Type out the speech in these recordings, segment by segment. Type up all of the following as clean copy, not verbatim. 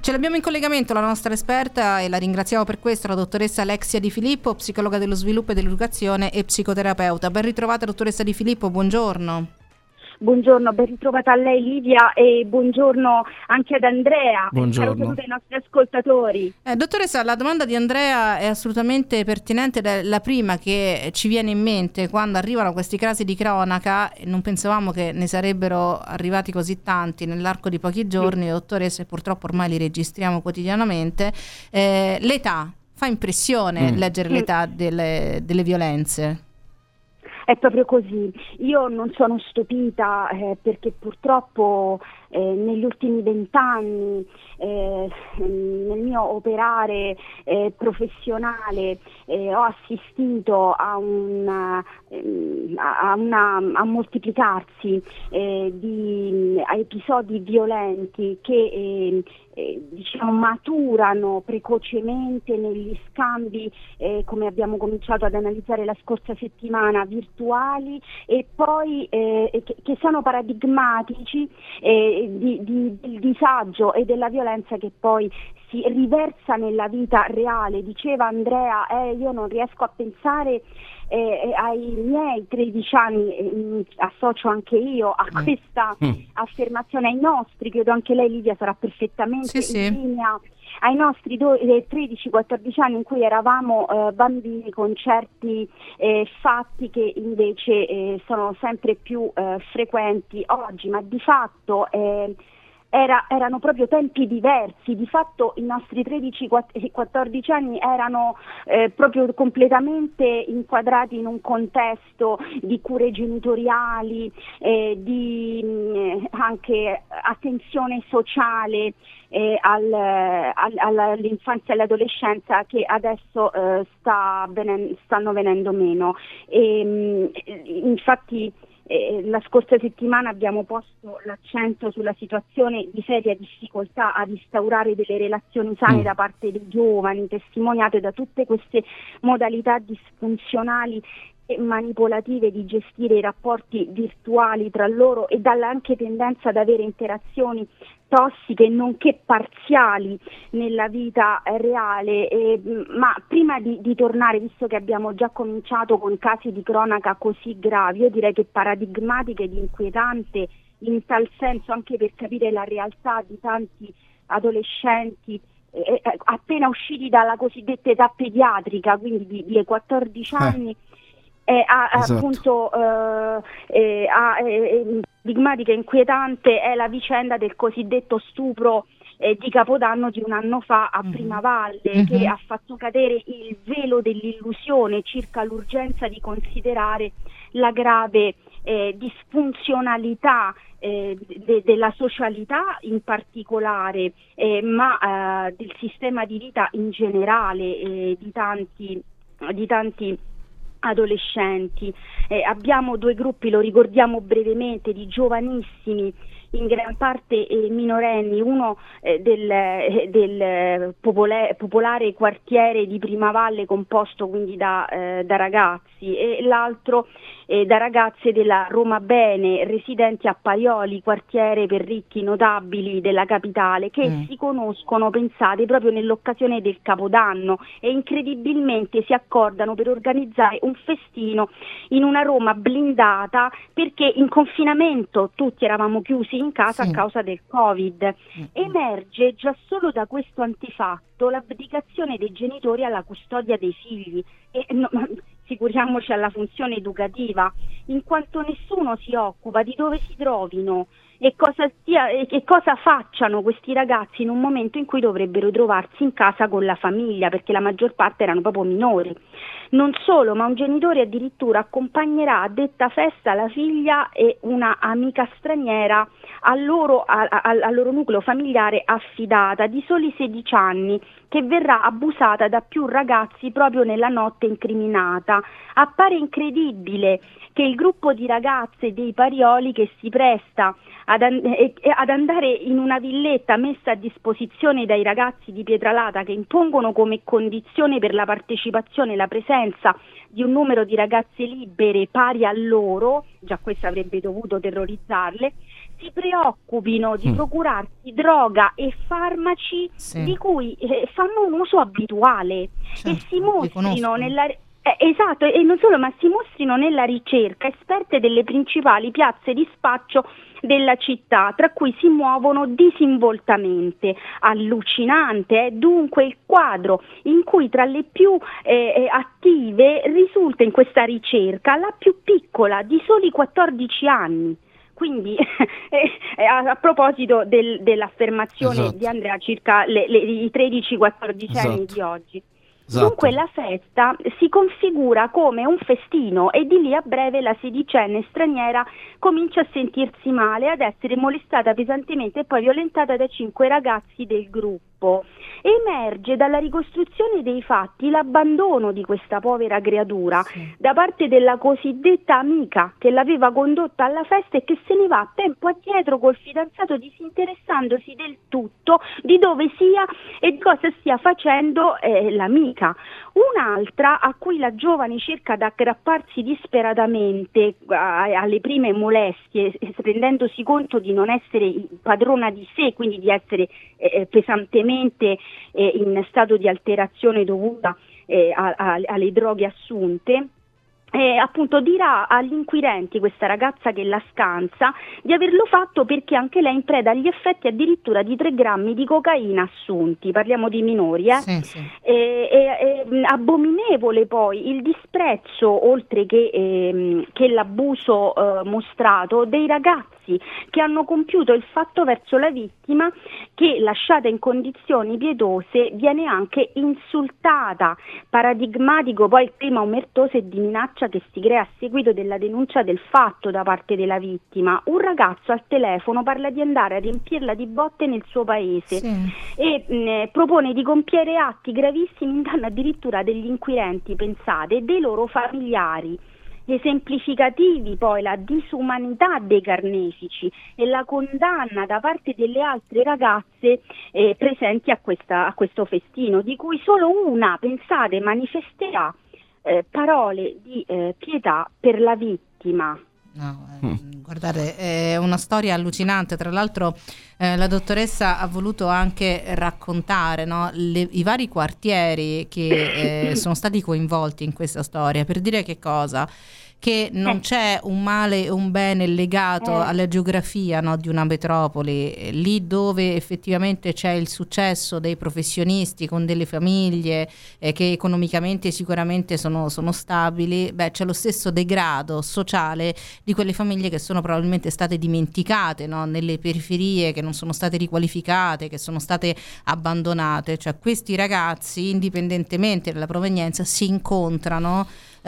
Ce l'abbiamo in collegamento la nostra esperta e la ringraziamo per questo, la dottoressa Alexia Di Filippo, psicologa dello sviluppo e dell'educazione e psicoterapeuta. Ben ritrovata dottoressa Di Filippo, buongiorno. Buongiorno, ben ritrovata a lei Livia e buongiorno anche ad Andrea. Buongiorno. Un saluto ai nostri ascoltatori. Dottoressa, la domanda di Andrea è assolutamente pertinente, la prima che ci viene in mente quando arrivano questi casi di cronaca. Non pensavamo che ne sarebbero arrivati così tanti nell'arco di pochi giorni, dottoressa, e purtroppo ormai li registriamo quotidianamente. L'età, fa impressione leggere l'età delle violenze. È proprio così. Io non sono stupita perché purtroppo negli ultimi 20 anni nel mio operare professionale ho assistito a un moltiplicarsi di episodi violenti che maturano precocemente negli scambi, come abbiamo cominciato ad analizzare la scorsa settimana, virtuali, e poi che sono paradigmatici del disagio e della violenza che poi si riversa nella vita reale. Diceva Andrea, io non riesco a pensare ai miei 13 anni, associo anche io a questa affermazione, ai nostri, credo anche lei Livia sarà perfettamente in linea, ai nostri 13-14 anni in cui eravamo bambini con certi fatti che invece sono sempre più frequenti oggi, ma di fatto erano proprio tempi diversi. Di fatto i nostri 13-14 anni erano proprio completamente inquadrati in un contesto di cure genitoriali, di anche attenzione sociale all'infanzia e all'adolescenza, che adesso stanno venendo meno. Infatti la scorsa settimana abbiamo posto l'accento sulla situazione di seria difficoltà ad instaurare delle relazioni sane da parte dei giovani, testimoniate da tutte queste modalità disfunzionali e manipolative di gestire i rapporti virtuali tra loro, e dalla anche tendenza ad avere interazioni tossiche nonché parziali nella vita reale. Ma prima di tornare, visto che abbiamo già cominciato con casi di cronaca così gravi, io direi che paradigmatiche ed inquietante in tal senso, anche per capire la realtà di tanti adolescenti appena usciti dalla cosiddetta età pediatrica, quindi di 14 anni, appunto paradigmatica e inquietante è la vicenda del cosiddetto stupro di Capodanno di un anno fa a Primavalle, che ha fatto cadere il velo dell'illusione circa l'urgenza di considerare la grave disfunzionalità della socialità in particolare, ma del sistema di vita in generale, di tanti adolescenti. Abbiamo due gruppi, lo ricordiamo brevemente, di giovanissimi, in gran parte minorenni, uno del popolare quartiere di Primavalle, composto quindi da ragazzi, e l'altro da ragazze della Roma Bene, residenti a Paioli, quartiere per ricchi notabili della capitale, che si conoscono, pensate, proprio nell'occasione del Capodanno, e incredibilmente si accordano per organizzare un festino in una Roma blindata, perché in confinamento tutti eravamo chiusi in casa a causa del Covid. Emerge già solo da questo antifatto l'abdicazione dei genitori alla custodia dei figli, e figuriamoci alla funzione educativa, in quanto nessuno si occupa di dove si trovino e cosa facciano questi ragazzi in un momento in cui dovrebbero trovarsi in casa con la famiglia, perché la maggior parte erano proprio minori. Non solo, ma un genitore addirittura accompagnerà a detta festa la figlia e una amica straniera al loro nucleo familiare affidata, di soli 16 anni, che verrà abusata da più ragazzi proprio nella notte incriminata. Appare incredibile che il gruppo di ragazze dei Parioli, che si presta ad andare in una villetta messa a disposizione dai ragazzi di Pietralata, che impongono come condizione per la partecipazione la presenza di un numero di ragazze libere pari a loro, già questo avrebbe dovuto terrorizzarle, si preoccupino di procurarsi droga e farmaci di cui fanno un uso abituale, e si mostrino esatto, e non solo, ma si mostrino nella ricerca esperte delle principali piazze di spaccio della città, tra cui si muovono disinvoltamente. Allucinante è dunque il quadro in cui tra le più attive risulta in questa ricerca la più piccola, di soli 14 anni. Quindi a proposito dell'affermazione di Andrea circa i 13-14 anni di oggi. Dunque la festa si configura come un festino, e di lì a breve la sedicenne straniera comincia a sentirsi male, ad essere molestata pesantemente e poi violentata da 5 ragazzi del gruppo. Emerge dalla ricostruzione dei fatti l'abbandono di questa povera creatura da parte della cosiddetta amica che l'aveva condotta alla festa, e che se ne va a tempo addietro col fidanzato, disinteressandosi del tutto di dove sia e di cosa stia facendo l'amica. Un'altra, a cui la giovane cerca di aggrapparsi disperatamente alle prime molestie, rendendosi conto di non essere padrona di sé, quindi di essere pesantemente in stato di alterazione dovuta alle droghe assunte. Appunto dirà agli inquirenti, questa ragazza che la scansa, di averlo fatto perché anche lei è in preda agli effetti addirittura di 3 grammi di cocaina assunti, parliamo di minori. Abominevole poi il disprezzo, oltre che l'abuso mostrato, dei ragazzi che hanno compiuto il fatto verso la vittima, che, lasciata in condizioni pietose, viene anche insultata. Paradigmatico poi il clima omertoso e di minaccia che si crea a seguito della denuncia del fatto da parte della vittima. Un ragazzo al telefono parla di andare a riempirla di botte nel suo paese e propone di compiere atti gravissimi in danno addirittura degli inquirenti, pensate, e dei loro familiari. Esemplificativi poi la disumanità dei carnefici e la condanna da parte delle altre ragazze presenti a questo festino, di cui solo una, pensate, manifesterà parole di pietà per la vittima. Guardate, è una storia allucinante. Tra l'altro la dottoressa ha voluto anche raccontare, no, i vari quartieri che sono stati coinvolti in questa storia, per dire che cosa? Che non c'è un male e un bene legato alla geografia, no, di una metropoli. Lì dove effettivamente c'è il successo dei professionisti con delle famiglie che economicamente sicuramente sono stabili, c'è lo stesso degrado sociale di quelle famiglie che sono probabilmente state dimenticate, no, nelle periferie, che non sono state riqualificate, che sono state abbandonate. Cioè questi ragazzi, indipendentemente dalla provenienza, si incontrano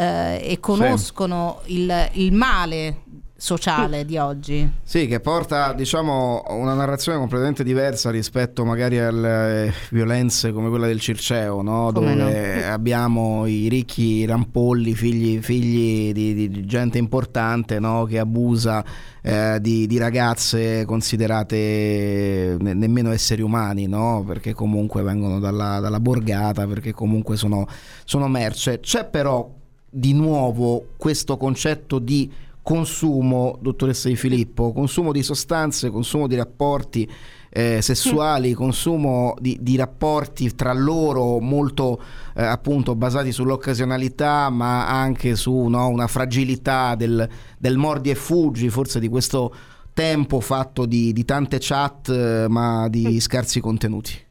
e conoscono il male sociale di oggi. Sì, che porta, diciamo, una narrazione completamente diversa rispetto magari alle violenze come quella del Circeo, no? Dove abbiamo i ricchi rampolli, figli di gente importante, no? Che abusa di ragazze considerate nemmeno esseri umani, no? Perché comunque vengono dalla borgata, perché comunque sono merce. C'è però di nuovo questo concetto di consumo, dottoressa Di Filippo, consumo di sostanze, consumo di rapporti sessuali, consumo di rapporti tra loro molto appunto basati sull'occasionalità, ma anche su, no, una fragilità del mordi e fuggi, forse di questo tempo fatto di tante chat ma di scarsi contenuti.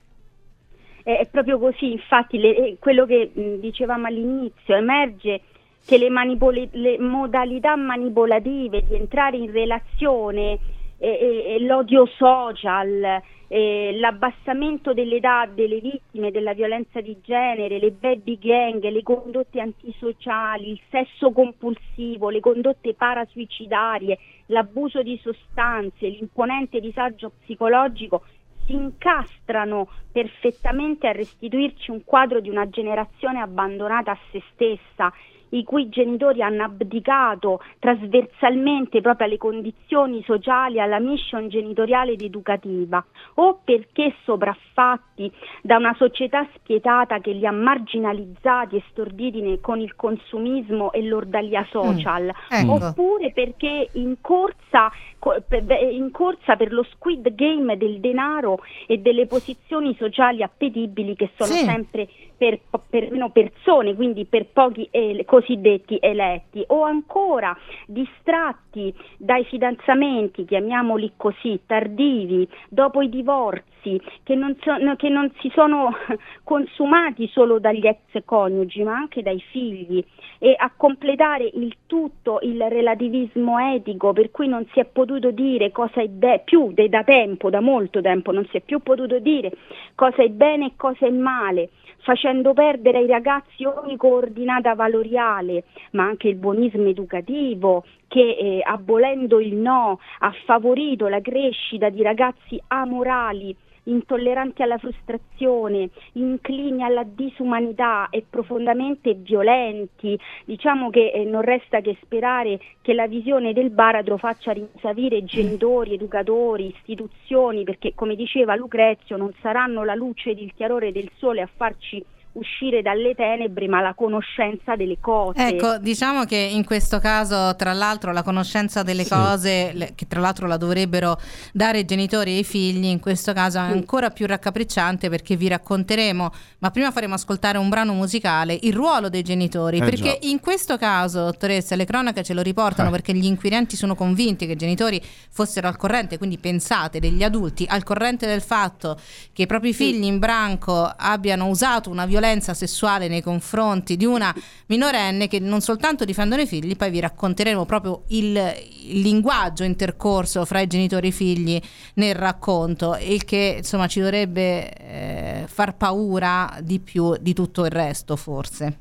È proprio così, infatti quello che dicevamo all'inizio, emerge che le modalità manipolative di entrare in relazione, l'odio social, l'abbassamento dell'età delle vittime della violenza di genere, le baby gang, le condotte antisociali, il sesso compulsivo, le condotte parasuicidarie, l'abuso di sostanze, l'imponente disagio psicologico si incastrano perfettamente a restituirci un quadro di una generazione abbandonata a se stessa, i cui genitori hanno abdicato trasversalmente proprio alle condizioni sociali, alla mission genitoriale ed educativa, o perché sopraffatti da una società spietata che li ha marginalizzati e storditi con il consumismo e l'ordalia social, oppure perché in corsa per lo squid game del denaro e delle posizioni sociali appetibili che sono sempre per meno persone, quindi per pochi cosiddetti eletti, o ancora distratti dai fidanzamenti, chiamiamoli così, tardivi, dopo i divorzi, che non si sono consumati solo dagli ex coniugi ma anche dai figli, e a completare il tutto il relativismo etico, per cui non si è potuto dire cosa è più da tempo, da molto tempo non si è più potuto dire cosa è bene e cosa è male, facendo perdere ai ragazzi ogni coordinata valoriale, ma anche il buonismo educativo che abolendo il no ha favorito la crescita di ragazzi amorali, intolleranti alla frustrazione, inclini alla disumanità e profondamente violenti. Diciamo che non resta che sperare che la visione del baratro faccia rinsavire genitori, educatori, istituzioni, perché come diceva Lucrezio non saranno la luce ed il chiarore del sole a farci uscire dalle tenebre, ma la conoscenza delle cose. Ecco, diciamo che in questo caso, tra l'altro, la conoscenza delle cose, che tra l'altro la dovrebbero dare i genitori e i figli, in questo caso è ancora più raccapricciante, perché vi racconteremo, ma prima faremo ascoltare un brano musicale, il ruolo dei genitori, perché in questo caso, dottoressa, le cronache ce lo riportano, perché gli inquirenti sono convinti che i genitori fossero al corrente, quindi pensate, degli adulti al corrente del fatto che i propri figli in branco abbiano usato una violenza sessuale nei confronti di una minorenne, che non soltanto difendono i figli, poi vi racconteremo proprio il linguaggio intercorso fra i genitori e i figli nel racconto, il che insomma ci dovrebbe far paura di più di tutto il resto, forse.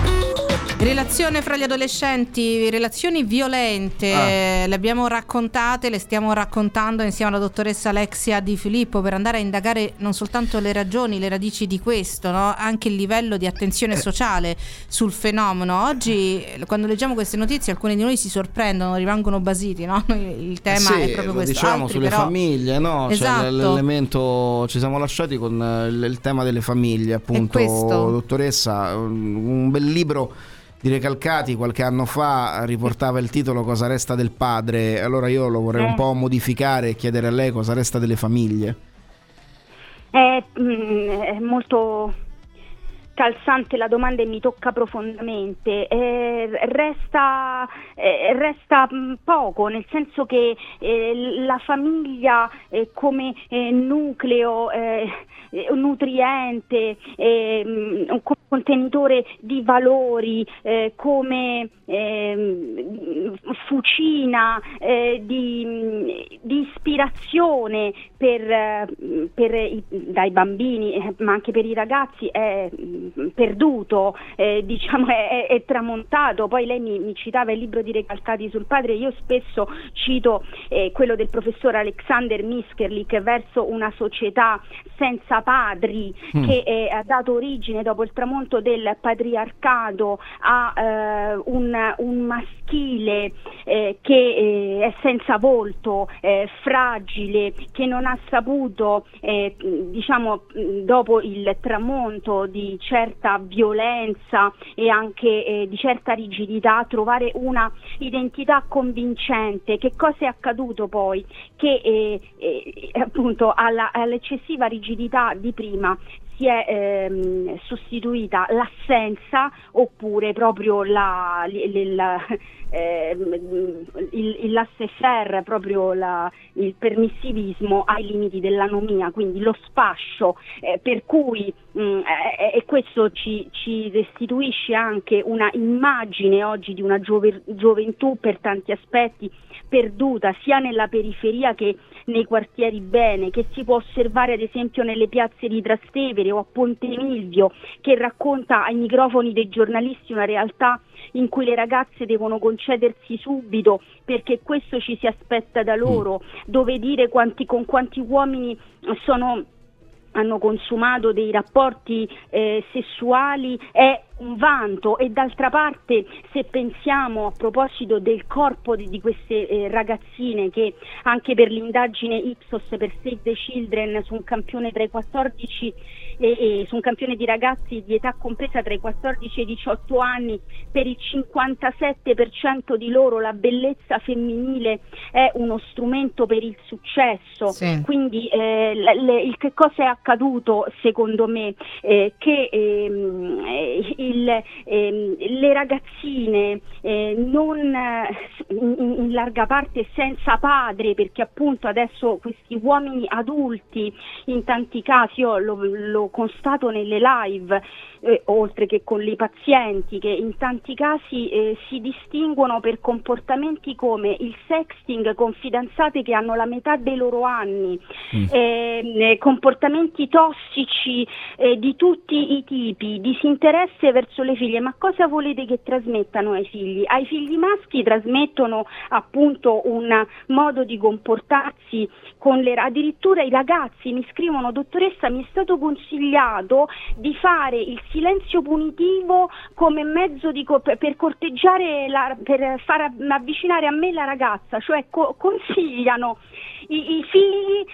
Relazione fra gli adolescenti, relazioni violente, le abbiamo raccontate, le stiamo raccontando insieme alla dottoressa Alexia Di Filippo, per andare a indagare non soltanto le ragioni, le radici di questo, no? Anche il livello di attenzione sociale sul fenomeno. Oggi, quando leggiamo queste notizie, alcuni di noi si sorprendono, rimangono basiti, no? Il tema è proprio questo. Diciamo altri, sulle però, famiglie, no? Esatto. Cioè, l'elemento, ci siamo lasciati con il tema delle famiglie, appunto, dottoressa, un bel libro di Recalcati qualche anno fa riportava il titolo Cosa resta del padre. Allora io lo vorrei un po' modificare e chiedere a lei cosa resta delle famiglie. È molto calzante la domanda e mi tocca profondamente. Resta poco, nel senso che la famiglia come nucleo nutriente, un contenitore di valori, come fucina di ispirazione dai bambini, ma anche per i ragazzi, è perduto, diciamo è tramontato. Poi lei mi citava il libro di Recalcati sul padre, io spesso cito quello del professor Alexander Miskerlik, Verso una società senza padri, che ha dato origine, dopo il tramonto del patriarcato, a un maschile che è senza volto, fragile, che non ha saputo, diciamo, dopo il tramonto di certa violenza e anche di certa rigidità, trovare una identità convincente. Che cosa è accaduto poi? Che appunto all'eccessiva rigidità di prima si è sostituita l'assenza, oppure proprio il laissez-faire, proprio il permissivismo ai limiti dell'anomia, quindi lo spascio, per cui e questo ci restituisce anche una immagine oggi di una gioventù per tanti aspetti perduta, sia nella periferia che nei quartieri bene, che si può osservare ad esempio nelle piazze di Trastevere o a Ponte Milvio, che racconta ai microfoni dei giornalisti una realtà in cui le ragazze devono concedersi subito perché questo ci si aspetta da loro, dove dire con quanti uomini hanno consumato dei rapporti sessuali è un vanto. E d'altra parte, se pensiamo, a proposito del corpo di queste ragazzine, che anche per l'indagine Ipsos per Save the Children, su un campione tra i 14 su un campione di ragazzi di età compresa tra i 14 e i 18 anni, per il 57% di loro la bellezza femminile è uno strumento per il successo. Sì. Quindi che cosa è accaduto secondo me? Che le ragazzine non in larga parte senza padre, perché appunto adesso questi uomini adulti in tanti casi, io lo constato nelle live, oltre che con i pazienti, che in tanti casi si distinguono per comportamenti come il sexting con fidanzate che hanno la metà dei loro anni, comportamenti tossici di tutti i tipi, disinteresse verso le figlie. Ma cosa volete che trasmettano ai figli? Ai figli maschi trasmettono appunto un modo di comportarsi addirittura i ragazzi mi scrivono: dottoressa, mi è stato consigliato di fare il silenzio punitivo come mezzo per corteggiare, per far avvicinare a me la ragazza, cioè consigliano i figli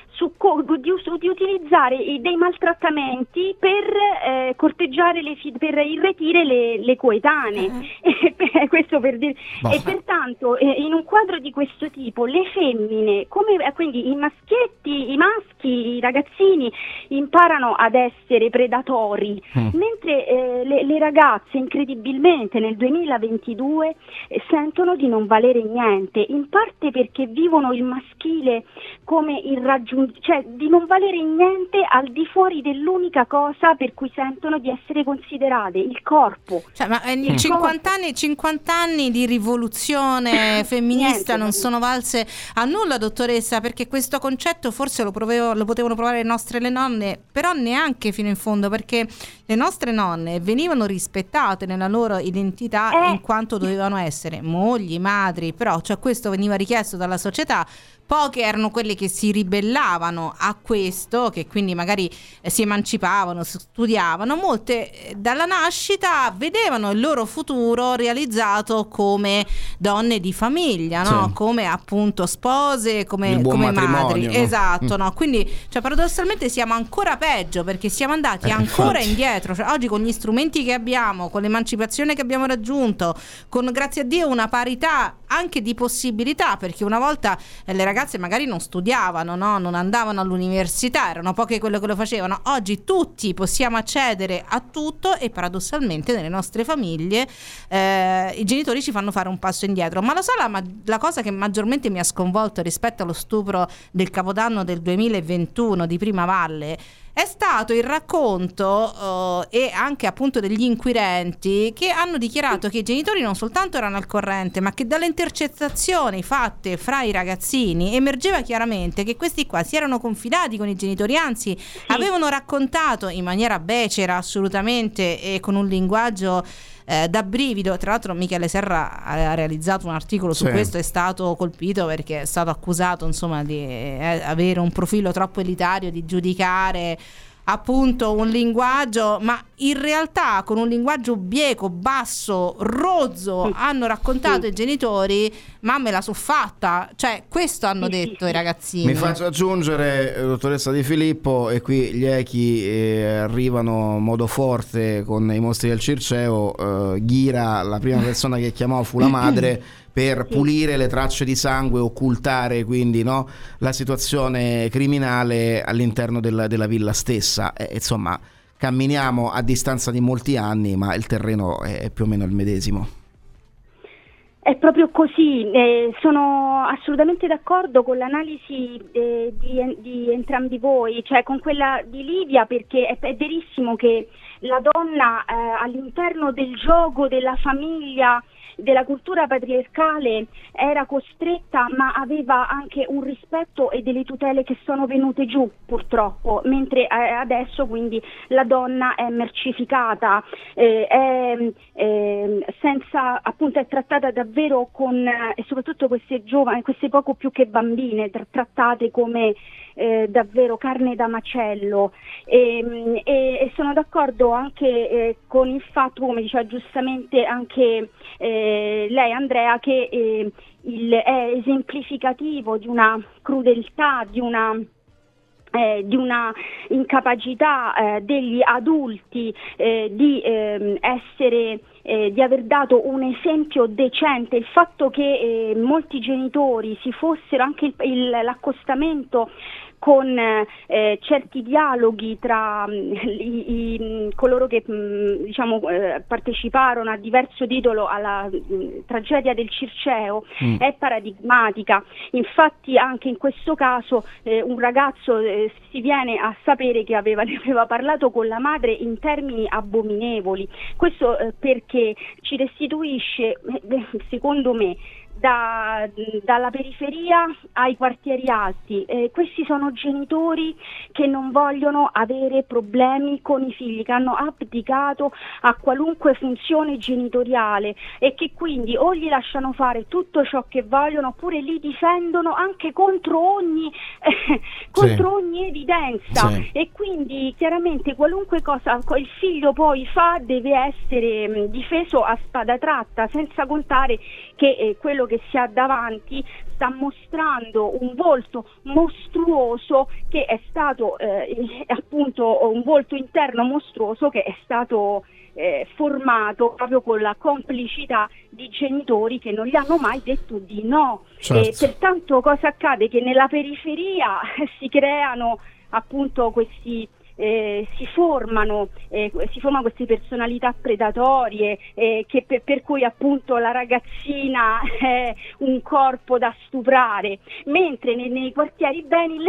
di utilizzare dei maltrattamenti per corteggiare per irretire le coetanee. Questo per dire. E pertanto in un quadro di questo tipo le femmine, quindi i maschietti, i maschi, i ragazzini imparano ad essere predatori, mentre le ragazze incredibilmente nel 2022 sentono di non valere niente, in parte perché vivono il maschile come cioè di non valere niente al di fuori dell'unica cosa per cui sentono di essere considerate, il corpo. Cioè, ma 50 anni di rivoluzione femminista non sono valse a nulla, dottoressa, perché questo concetto forse lo potevano provare le nonne, però neanche fino in fondo, perché le nostre nonne venivano rispettate nella loro identità in quanto dovevano essere mogli, madri, però cioè questo veniva richiesto dalla società. Poche erano quelle che si ribellavano a questo, che quindi magari si emancipavano, studiavano. Molte dalla nascita vedevano il loro futuro realizzato come donne di famiglia, no? Sì. Come appunto spose, come madri. No? Esatto, no? Quindi cioè, paradossalmente siamo ancora peggio, perché siamo andati ancora indietro. Cioè, oggi con gli strumenti che abbiamo, con l'emancipazione che abbiamo raggiunto, con grazie a Dio una parità anche di possibilità, perché una volta le ragazze magari non studiavano, no? Non andavano all'università, erano poche quello che lo facevano. Oggi tutti possiamo accedere a tutto e paradossalmente nelle nostre famiglie i genitori ci fanno fare un passo indietro. Ma lo sa la cosa che maggiormente mi ha sconvolto rispetto allo stupro del Capodanno del 2021 di Primavalle è stato il racconto e anche appunto degli inquirenti, che hanno dichiarato che i genitori non soltanto erano al corrente, ma che dalle intercettazioni fatte fra i ragazzini emergeva chiaramente che questi qua si erano confidati con i genitori, anzi avevano raccontato in maniera becera assolutamente e con un linguaggio da brivido. Tra l'altro Michele Serra ha realizzato un articolo su questo, è stato colpito perché è stato accusato insomma di avere un profilo troppo elitario, di giudicare appunto un linguaggio, ma in realtà con un linguaggio bieco, basso, rozzo hanno raccontato i genitori: ma me la so fatta, cioè questo hanno detto i ragazzini. Mi faccio aggiungere, dottoressa Di Filippo, e qui gli echi arrivano in modo forte con i mostri del Circeo. Ghira, la prima persona che chiamò fu la madre per pulire le tracce di sangue, occultare quindi la situazione criminale all'interno della villa stessa. Insomma, camminiamo a distanza di molti anni, ma il terreno è più o meno il medesimo. È proprio così, sono assolutamente d'accordo con l'analisi di entrambi voi, cioè con quella di Livia, perché è verissimo che la donna all'interno del gioco della famiglia, della cultura patriarcale, era costretta, ma aveva anche un rispetto e delle tutele che sono venute giù purtroppo, mentre adesso quindi la donna è mercificata, senza, appunto, è trattata davvero e soprattutto queste giovani, queste poco più che bambine, trattate come davvero carne da macello, e e sono d'accordo anche con il fatto, come diceva giustamente anche lei Andrea, che è esemplificativo di una crudeltà, di una incapacità degli adulti di essere di aver dato un esempio decente. Il fatto che molti genitori si fossero anche l'accostamento con certi dialoghi tra coloro che parteciparono a diverso titolo alla tragedia del Circeo è paradigmatica. Infatti anche in questo caso un ragazzo si viene a sapere che ne aveva parlato con la madre in termini abominevoli. Questo perché ci restituisce, secondo me, dalla periferia ai quartieri alti. Questi sono genitori che non vogliono avere problemi con i figli, che hanno abdicato a qualunque funzione genitoriale e che quindi o gli lasciano fare tutto ciò che vogliono oppure li difendono anche contro ogni evidenza. Sì. E quindi chiaramente qualunque cosa il figlio poi fa deve essere difeso a spada tratta, senza contare che quello che si ha davanti sta mostrando un volto mostruoso che è stato appunto un volto interno mostruoso che è stato formato proprio con la complicità di genitori che non gli hanno mai detto di no. Certo. Pertanto cosa accade? Che nella periferia si creano appunto si formano queste personalità predatorie che per cui appunto la ragazzina è un corpo da stuprare, mentre nei quartieri bene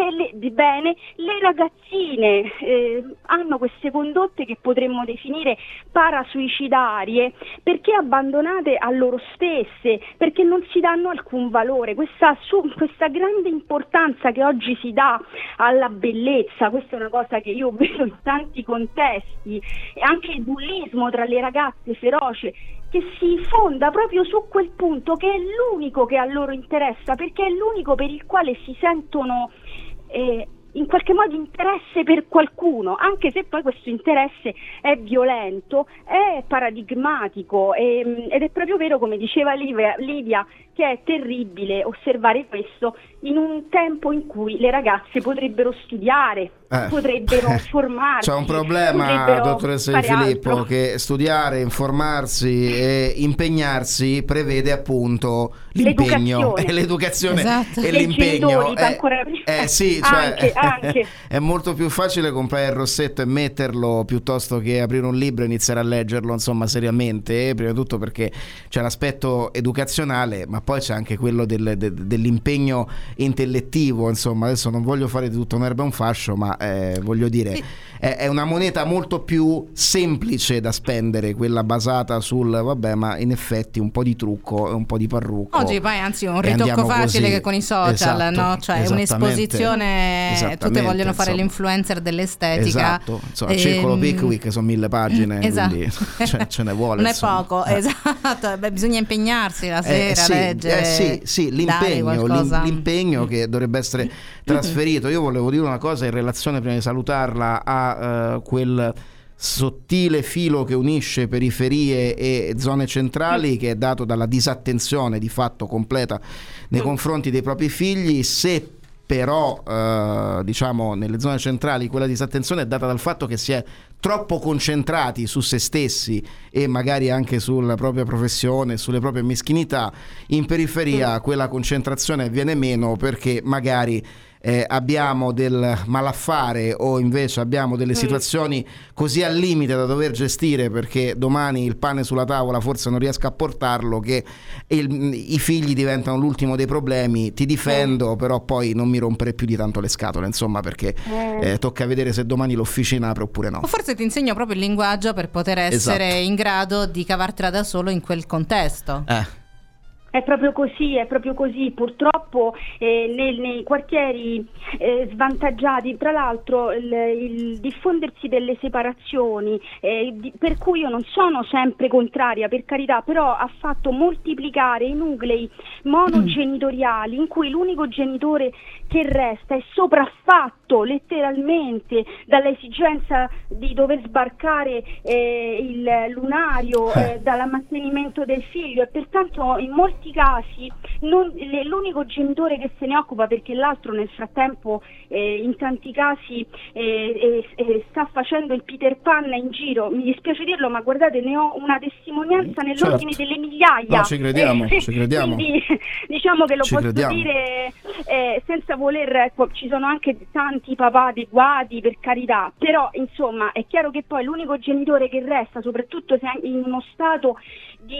le ragazzine hanno queste condotte che potremmo definire parasuicidarie, perché abbandonate a loro stesse, perché non si danno alcun valore. Questa grande importanza che oggi si dà alla bellezza, questa è una cosa che io vedo in tanti contesti, e anche il bullismo tra le ragazze feroce, che si fonda proprio su quel punto che è l'unico che a loro interessa, perché è l'unico per il quale si sentono in qualche modo interesse per qualcuno, anche se poi questo interesse è violento, è paradigmatico ed è proprio vero, come diceva Livia, che è terribile osservare questo in un tempo in cui le ragazze potrebbero studiare, potrebbero formarsi. C'è un problema, dottoressa Di Filippo, altro. Che studiare, informarsi e impegnarsi prevede appunto l'impegno, l'educazione esatto. E l'impegno. Ancora prima. Sì, cioè anche. È molto più facile comprare il rossetto e metterlo piuttosto che aprire un libro e iniziare a leggerlo, insomma, seriamente, prima di tutto perché c'è l'aspetto educazionale, ma poi c'è anche quello dell'impegno intellettivo. Insomma, adesso non voglio fare di tutto un'erba un fascio, ma voglio dire sì. È una moneta molto più semplice da spendere, quella basata sul vabbè, ma in effetti un po' di trucco e un po' di parrucco. Oggi poi anzi un ritocco facile così. Che con i social, esatto, no? Cioè un'esposizione, tutte vogliono fare l'influencer dell'estetica. Esatto, insomma, Circolo Pickwick sono 1000 pagine, esatto. Quindi ce ne vuole. Non insomma. È poco, esatto. Beh, bisogna impegnarsi la sera, sì, leggere. Sì, l'impegno che dovrebbe essere trasferito. Io volevo dire una cosa in relazione, prima di salutarla, a quel sottile filo che unisce periferie e zone centrali, che è dato dalla disattenzione di fatto completa nei confronti dei propri figli. Se però diciamo nelle zone centrali quella disattenzione è data dal fatto che si è troppo concentrati su se stessi e magari anche sulla propria professione, sulle proprie meschinità, in periferia quella concentrazione viene meno, perché magari abbiamo del malaffare o invece abbiamo delle situazioni così al limite da dover gestire, perché domani il pane sulla tavola forse non riesco a portarlo, che i figli diventano l'ultimo dei problemi. Ti difendo, però poi non mi rompere più di tanto le scatole, insomma, perché tocca vedere se domani l'officina apre oppure no. O forse ti insegno proprio il linguaggio per poter essere in grado di cavartela da solo in quel contesto. È proprio così. Purtroppo nei quartieri svantaggiati, tra l'altro il diffondersi delle separazioni, per cui io non sono sempre contraria, per carità, però ha fatto moltiplicare i nuclei monogenitoriali in cui l'unico genitore che resta è sopraffatto letteralmente dall'esigenza di dover sbarcare il lunario, dal mantenimento del figlio, e pertanto in molti casi l'unico genitore che se ne occupa, perché l'altro nel frattempo in tanti casi sta facendo il Peter Pan in giro. Mi dispiace dirlo, ma guardate, ne ho una testimonianza nell'ordine delle migliaia. No, ci crediamo. Quindi diciamo che lo ci posso dire senza voler, ecco, ci sono anche tanti papà adeguati, per carità, però insomma è chiaro che poi l'unico genitore che resta, soprattutto se è in uno stato di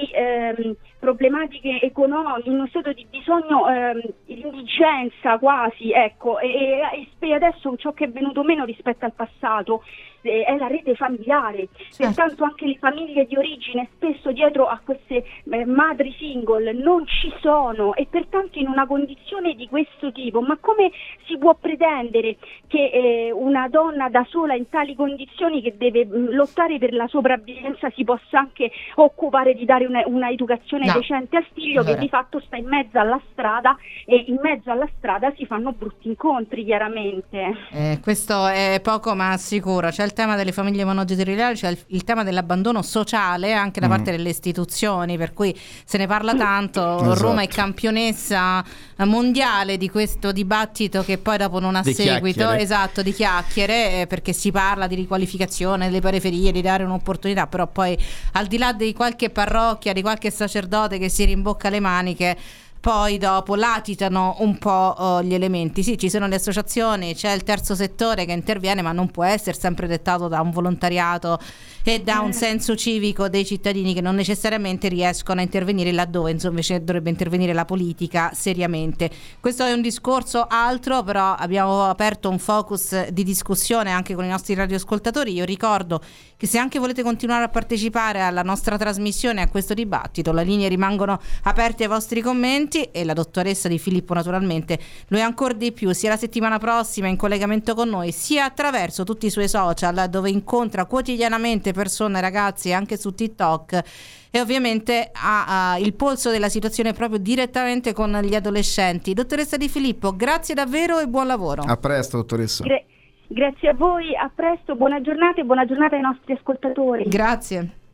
problematiche economiche, in uno stato di bisogno, di indigenza quasi, ecco, e adesso ciò che è venuto meno rispetto al passato è la rete familiare. Pertanto anche le famiglie di origine spesso dietro a queste madri single non ci sono, e pertanto in una condizione di questo tipo, ma come si può pretendere che una donna da sola in tali condizioni, che deve lottare per la sopravvivenza, si possa anche occupare di dare una educazione decente al figlio, che di fatto sta in mezzo alla strada, e in mezzo alla strada si fanno brutti incontri, chiaramente. Questo è poco ma sicuro. C'è il tema delle famiglie monogenitoriali, c'è il tema dell'abbandono sociale anche da parte delle istituzioni, per cui se ne parla tanto. Esatto. Roma è campionessa mondiale di questo dibattito che poi dopo non ha seguito. Chiacchiere. Esatto, di chiacchiere, perché si parla di riqualificazione delle periferie, di dare un'opportunità, però poi al di là di qualche parrocchia, di qualche sacerdote che si rimbocca le maniche, poi dopo latitano un po' gli elementi. Sì, ci sono le associazioni, c'è il terzo settore che interviene, ma non può essere sempre dettato da un volontariato e da un senso civico dei cittadini, che non necessariamente riescono a intervenire laddove invece dovrebbe intervenire la politica seriamente. Questo è un discorso altro, però abbiamo aperto un focus di discussione anche con i nostri radioascoltatori. Io ricordo che se anche volete continuare a partecipare alla nostra trasmissione, a questo dibattito, le linee rimangono aperte ai vostri commenti, e la dottoressa Di Filippo naturalmente lo è ancora di più, sia la settimana prossima in collegamento con noi, sia attraverso tutti i suoi social, dove incontra quotidianamente persone, ragazzi, anche su TikTok, e ovviamente ha il polso della situazione proprio direttamente con gli adolescenti. Dottoressa Di Filippo, grazie davvero e buon lavoro. A presto, dottoressa. Grazie a voi, a presto, buona giornata, e buona giornata ai nostri ascoltatori. Grazie.